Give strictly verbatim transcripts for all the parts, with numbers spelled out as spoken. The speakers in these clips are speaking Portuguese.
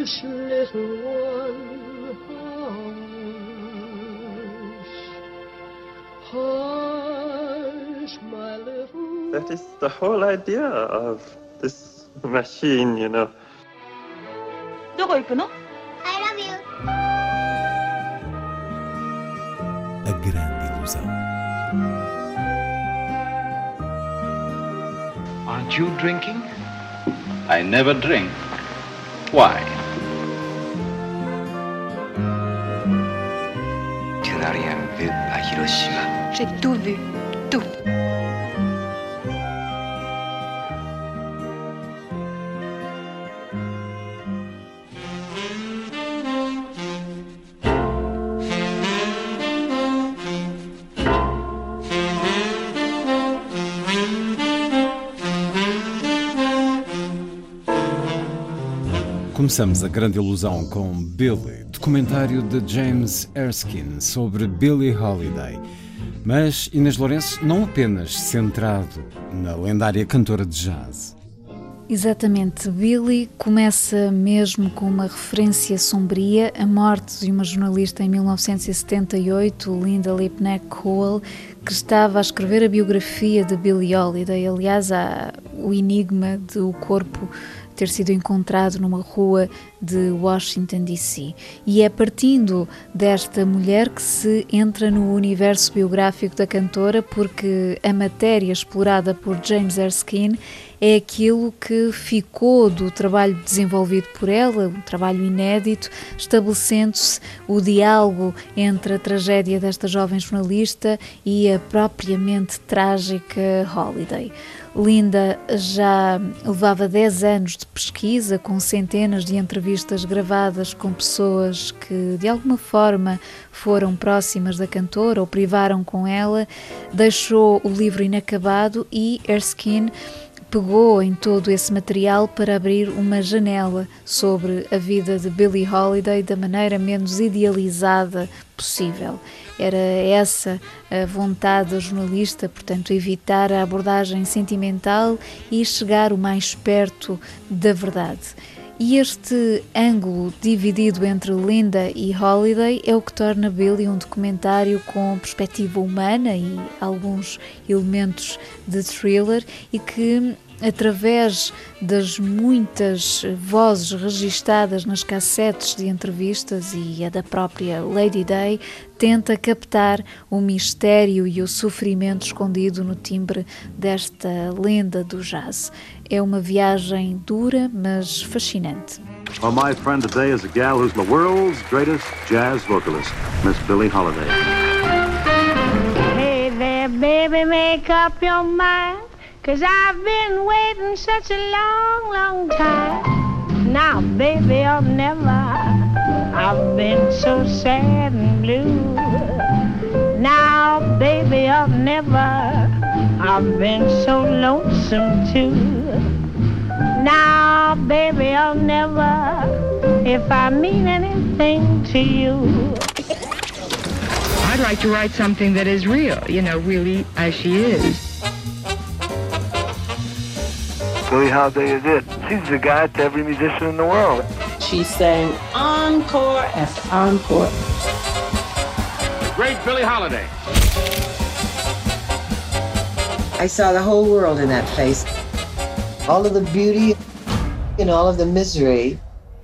Hush, little one, hush, hush, my little... That is the whole idea of this machine, you know. どこ行くの? I love you. A grande ilusão. Aren't you drinking? I never drink. Why? Tu n'as rien vu à Hiroshima. J'ai tout vu, tout. Começamos a grande ilusão com Billy, documentário de James Erskine sobre Billie Holiday. Mas Inês Lourenço não apenas centrado na lendária cantora de jazz. Exatamente, Billie começa mesmo com uma referência sombria, a morte de uma jornalista em mil novecentos e setenta e oito, Linda Lipnack Cole, que estava a escrever a biografia de Billie Holiday. Aliás, há o enigma do corpo ter sido encontrado numa rua de Washington, D C E é partindo desta mulher que se entra no universo biográfico da cantora, porque a matéria explorada por James Erskine é aquilo que ficou do trabalho desenvolvido por ela, um trabalho inédito, estabelecendo-se o diálogo entre a tragédia desta jovem jornalista e a propriamente trágica Holiday. Linda já levava dez anos de pesquisa, com centenas de entrevistas gravadas com pessoas que de alguma forma foram próximas da cantora ou privaram com ela, deixou o livro inacabado e Erskine pegou em todo esse material para abrir uma janela sobre a vida de Billie Holiday da maneira menos idealizada possível. Era essa a vontade da jornalista, portanto, evitar a abordagem sentimental e chegar o mais perto da verdade. E este ângulo dividido entre Linda e Holiday é o que torna Billie um documentário com perspectiva humana e alguns elementos de thriller, e que, através das muitas vozes registadas nas cassetes de entrevistas e a da própria Lady Day, tenta captar o mistério e o sofrimento escondido no timbre desta lenda do jazz. É uma viagem dura, mas fascinante. Well, my friend today is a gal who's the world's greatest jazz vocalist, Miss Billie Holiday. Hey there, baby, make up your mind, 'cause I've been waiting such a long, long time. Now, baby, I'll never, I've been so sad and blue. Now, baby, I'll never, I've been so lonesome too. Now, baby, I'll never, if I mean anything to you. I'd like to write something that is real, you know, really as she is. Billie Holiday is it. She's the guy to every musician in the world. She sang encore after encore. The great Billie Holiday. I saw the whole world in that face. All of the beauty and all of the misery.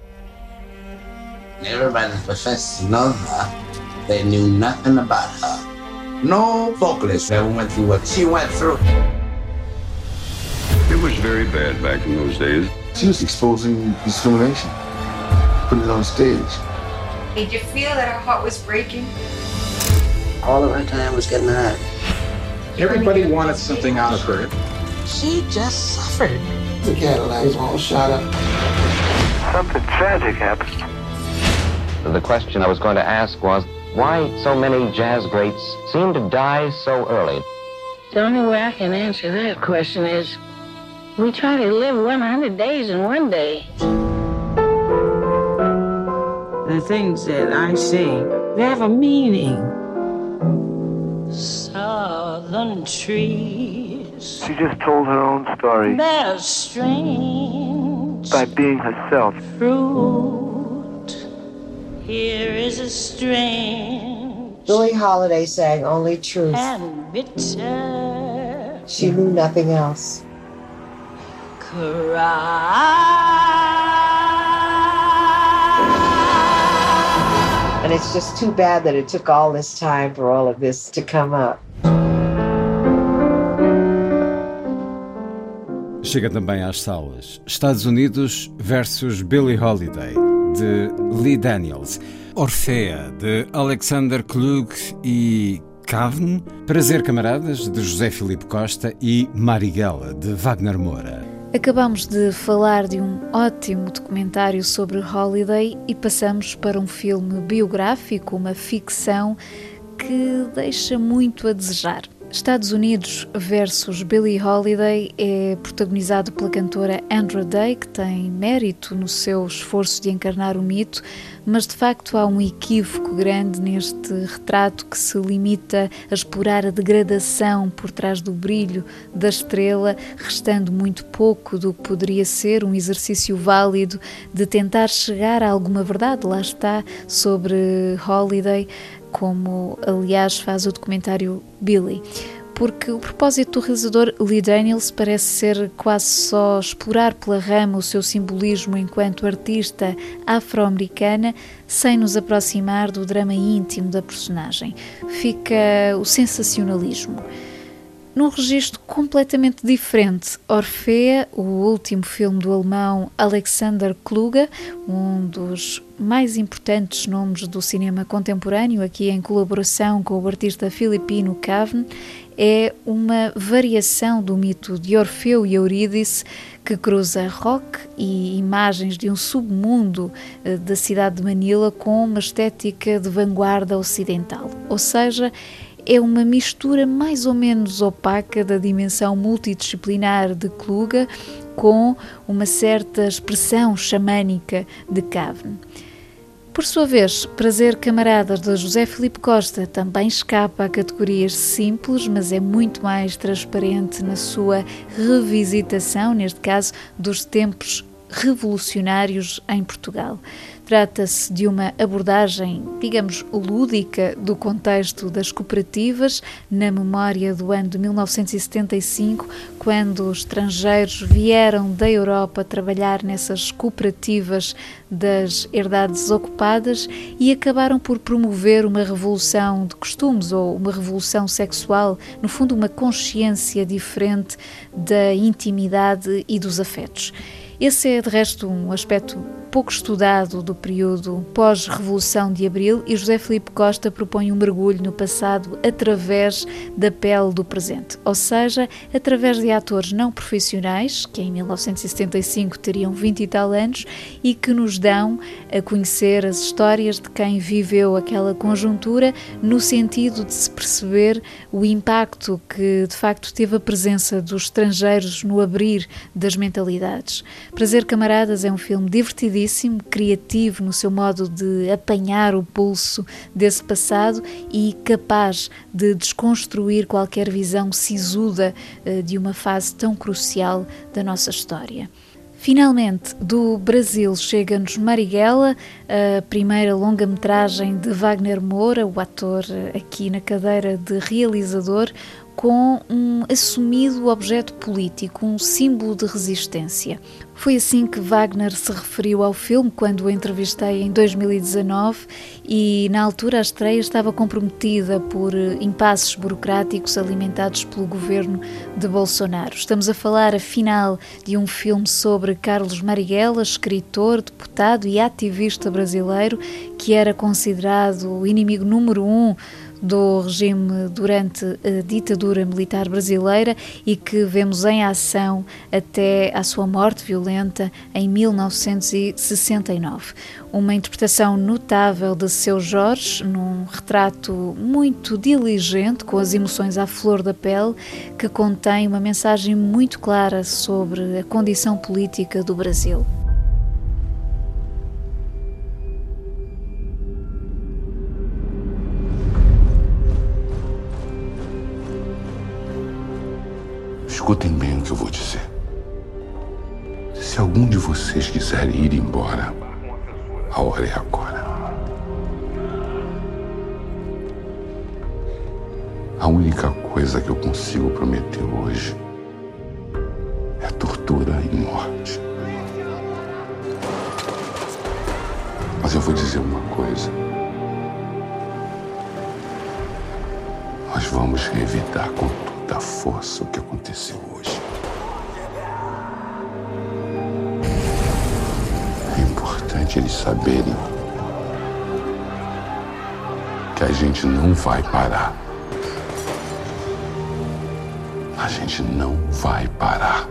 Everybody professed to know her. They knew nothing about her. No vocalist ever went through what she went through. It was very bad back in those days. She was exposing discrimination, putting it on stage. Did you feel that her heart was breaking? All of her time was getting hurt. Everybody wanted something out of her. She just suffered. The Cadillac was all shot up. Something tragic happened. The question I was going to ask was, why so many jazz greats seem to die so early? The only way I can answer that question is, we try to live one hundred days in one day. The things that I sing, they have a meaning. Southern trees. She just told her own story. They're strange. By being herself. Through Here is a strange Billie Holiday sang only truth. and bitter She knew nothing else. cry. And it's just too bad that it took all this time for all of this to come up. Chega também às salas Estados Unidos versus Billie Holiday, de Lee Daniels, Orfea, de Alexander Klug e Kavn, Prazer Camaradas, de José Filipe Costa e Marighella, de Wagner Moura. Acabamos de falar de um ótimo documentário sobre Holiday e passamos para um filme biográfico, uma ficção que deixa muito a desejar. Estados Unidos versus Billie Holiday é protagonizado pela cantora Andra Day, que tem mérito no seu esforço de encarnar o mito, mas de facto há um equívoco grande neste retrato que se limita a explorar a degradação por trás do brilho da estrela, restando muito pouco do que poderia ser um exercício válido de tentar chegar a alguma verdade, lá está, sobre Holiday, como aliás faz o documentário Billie. Porque o propósito do realizador Lee Daniels parece ser quase só explorar pela rama o seu simbolismo enquanto artista afro-americana, sem nos aproximar do drama íntimo da personagem. Fica o sensacionalismo. Num registro completamente diferente, Orfea, o último filme do alemão Alexander Kluge, um dos mais importantes nomes do cinema contemporâneo, aqui em colaboração com o artista filipino Kavn, é uma variação do mito de Orfeu e Eurídice que cruza rock e imagens de um submundo da cidade de Manila com uma estética de vanguarda ocidental. Ou seja, é uma mistura mais ou menos opaca da dimensão multidisciplinar de Kluge com uma certa expressão xamânica de Kavn. Por sua vez, Prazer Camaradas, de José Filipe Costa, também escapa a categorias simples, mas é muito mais transparente na sua revisitação, neste caso, dos tempos revolucionários em Portugal. Trata-se de uma abordagem, digamos, lúdica do contexto das cooperativas, na memória do ano de mil novecentos e setenta e cinco, quando os estrangeiros vieram da Europa trabalhar nessas cooperativas das herdades ocupadas e acabaram por promover uma revolução de costumes ou uma revolução sexual, no fundo uma consciência diferente da intimidade e dos afetos. Esse é, de resto, um aspecto pouco estudado do período pós-Revolução de Abril e José Filipe Costa propõe um mergulho no passado através da pele do presente, ou seja, através de atores não profissionais, que em mil novecentos e setenta e cinco teriam vinte e tal anos e que nos dão a conhecer as histórias de quem viveu aquela conjuntura no sentido de se perceber o impacto que, de facto, teve a presença dos estrangeiros no abrir das mentalidades. Prazer Camaradas é um filme divertidíssimo, criativo no seu modo de apanhar o pulso desse passado e capaz de desconstruir qualquer visão sisuda de uma fase tão crucial da nossa história. Finalmente, do Brasil chega-nos Marighella, a primeira longa-metragem de Wagner Moura, o ator aqui na cadeira de realizador, com um assumido objeto político, um símbolo de resistência. Foi assim que Wagner se referiu ao filme quando o entrevistei em dois mil e dezanove e, na altura, a estreia estava comprometida por impasses burocráticos alimentados pelo governo de Bolsonaro. Estamos a falar, afinal, de um filme sobre Carlos Marighella, escritor, deputado e ativista brasileiro, que era considerado o inimigo número um do regime durante a ditadura militar brasileira e que vemos em ação até à sua morte violenta em mil novecentos e sessenta e nove. Uma interpretação notável de Seu Jorge, num retrato muito diligente, com as emoções à flor da pele, que contém uma mensagem muito clara sobre a condição política do Brasil. Escutem bem o que eu vou dizer. Se algum de vocês quiser ir embora, a hora é agora. A única coisa que eu consigo prometer hoje é tortura e morte. Mas eu vou dizer uma coisa. Nós vamos revidar com toda a força o que aconteceu hoje. É importante eles saberem que a gente não vai parar. A gente não vai parar.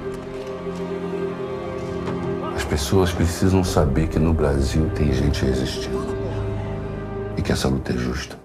As pessoas precisam saber que no Brasil tem gente resistindo e que essa luta é justa.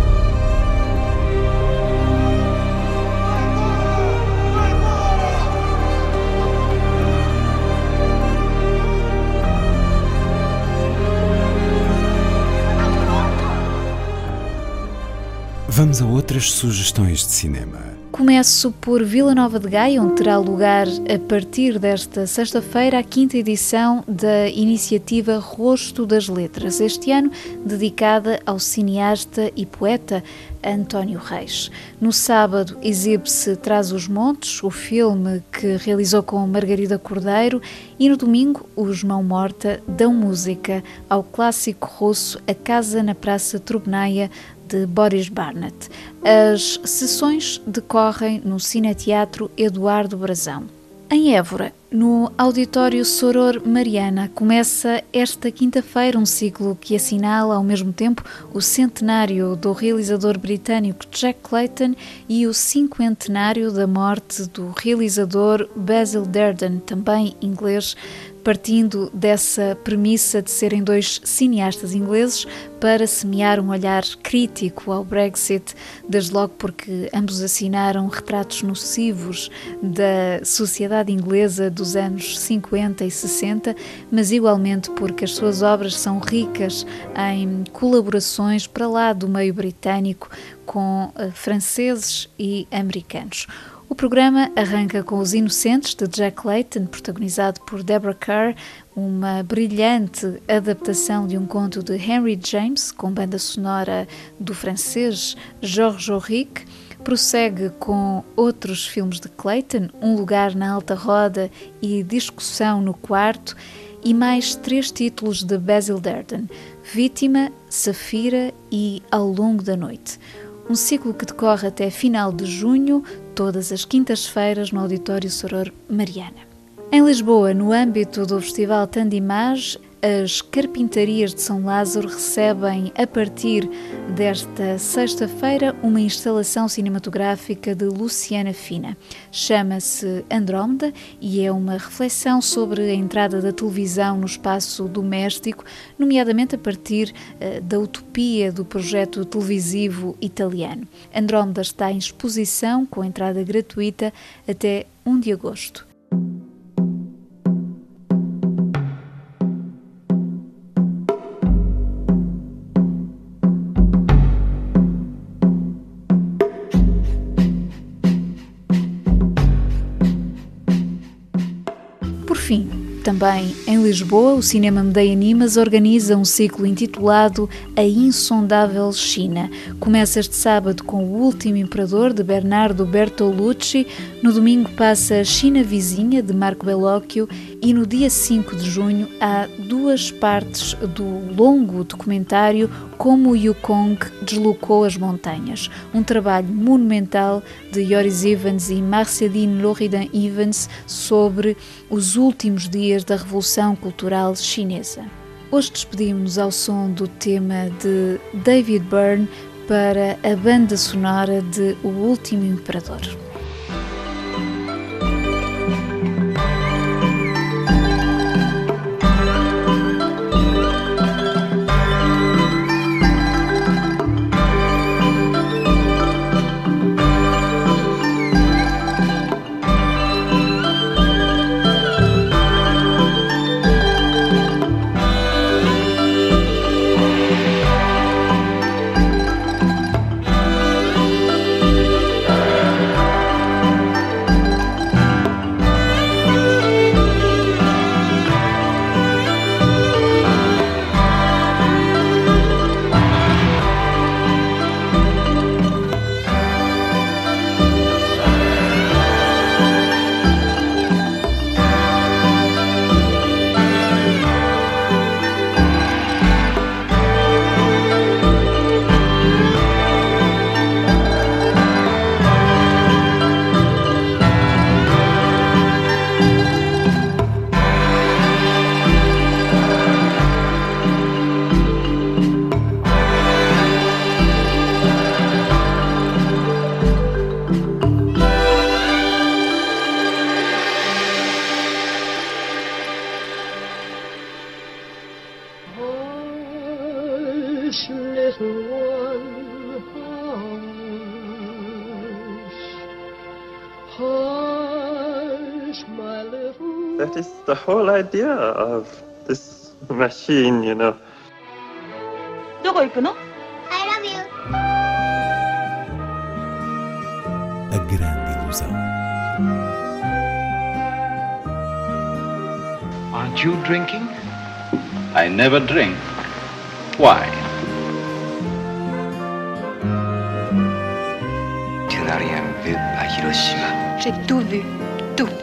Vamos a outras sugestões de cinema. Começo por Vila Nova de Gaia, onde terá lugar, a partir desta sexta-feira, a quinta edição da iniciativa Rosto das Letras, este ano dedicada ao cineasta e poeta António Reis. No sábado exibe-se Trás-os-Montes, o filme que realizou com Margarida Cordeiro, e no domingo Os Mão Morta dão música ao clássico russo A Casa na Praça Trubnaia, de Boris Barnett. As sessões decorrem no Cineteatro Eduardo Brazão. Em Évora, no Auditório Soror Mariana, começa esta quinta-feira um ciclo que assinala ao mesmo tempo o centenário do realizador britânico Jack Clayton e o cinquentenário da morte do realizador Basil Darden, também inglês, partindo dessa premissa de serem dois cineastas ingleses para semear um olhar crítico ao Brexit, desde logo porque ambos assinaram retratos nocivos da sociedade inglesa dos anos cinquenta e sessenta, mas igualmente porque as suas obras são ricas em colaborações para lá do meio britânico com uh, franceses e americanos. O programa arranca com Os Inocentes, de Jack Layton, protagonizado por Deborah Kerr, uma brilhante adaptação de um conto de Henry James, com banda sonora do francês Georges Auric. Prossegue com outros filmes de Clayton, Um Lugar na Alta Roda e Discussão no Quarto, e mais três títulos de Basil Darden, Vítima, Safira e Ao Longo da Noite. Um ciclo que decorre até final de junho, todas as quintas-feiras no Auditório Soror Mariana. Em Lisboa, no âmbito do Festival Tandimage, as Carpintarias de São Lázaro recebem, a partir desta sexta-feira, uma instalação cinematográfica de Luciana Fina. Chama-se Andrómeda e é uma reflexão sobre a entrada da televisão no espaço doméstico, nomeadamente a partir uh, da utopia do projeto televisivo italiano. Andrómeda está em exposição, com entrada gratuita, até primeiro de agosto. Fim. Também em Lisboa, o Cinema Medeia Animas organiza um ciclo intitulado A Insondável China. Começa este sábado com O Último Imperador, de Bernardo Bertolucci. No domingo passa China Vizinha, de Marco Bellocchio. E no dia cinco de junho há duas partes do longo documentário Como o Yukong Deslocou as Montanhas. Um trabalho monumental de Joris Ivens e Marceline Loridan Ivens sobre os últimos dias da Revolução Cultural Chinesa. Hoje despedimos-nos ao som do tema de David Byrne para a banda sonora de O Último Imperador. Hush, little one, hush, hush, my little. That is the whole idea of this machine, you know. どこ行くの? I love you. A grande ilusão. Aren't you drinking? I never drink. Why? Tu n'as rien vu à Hiroshima. J'ai tout vu, tout.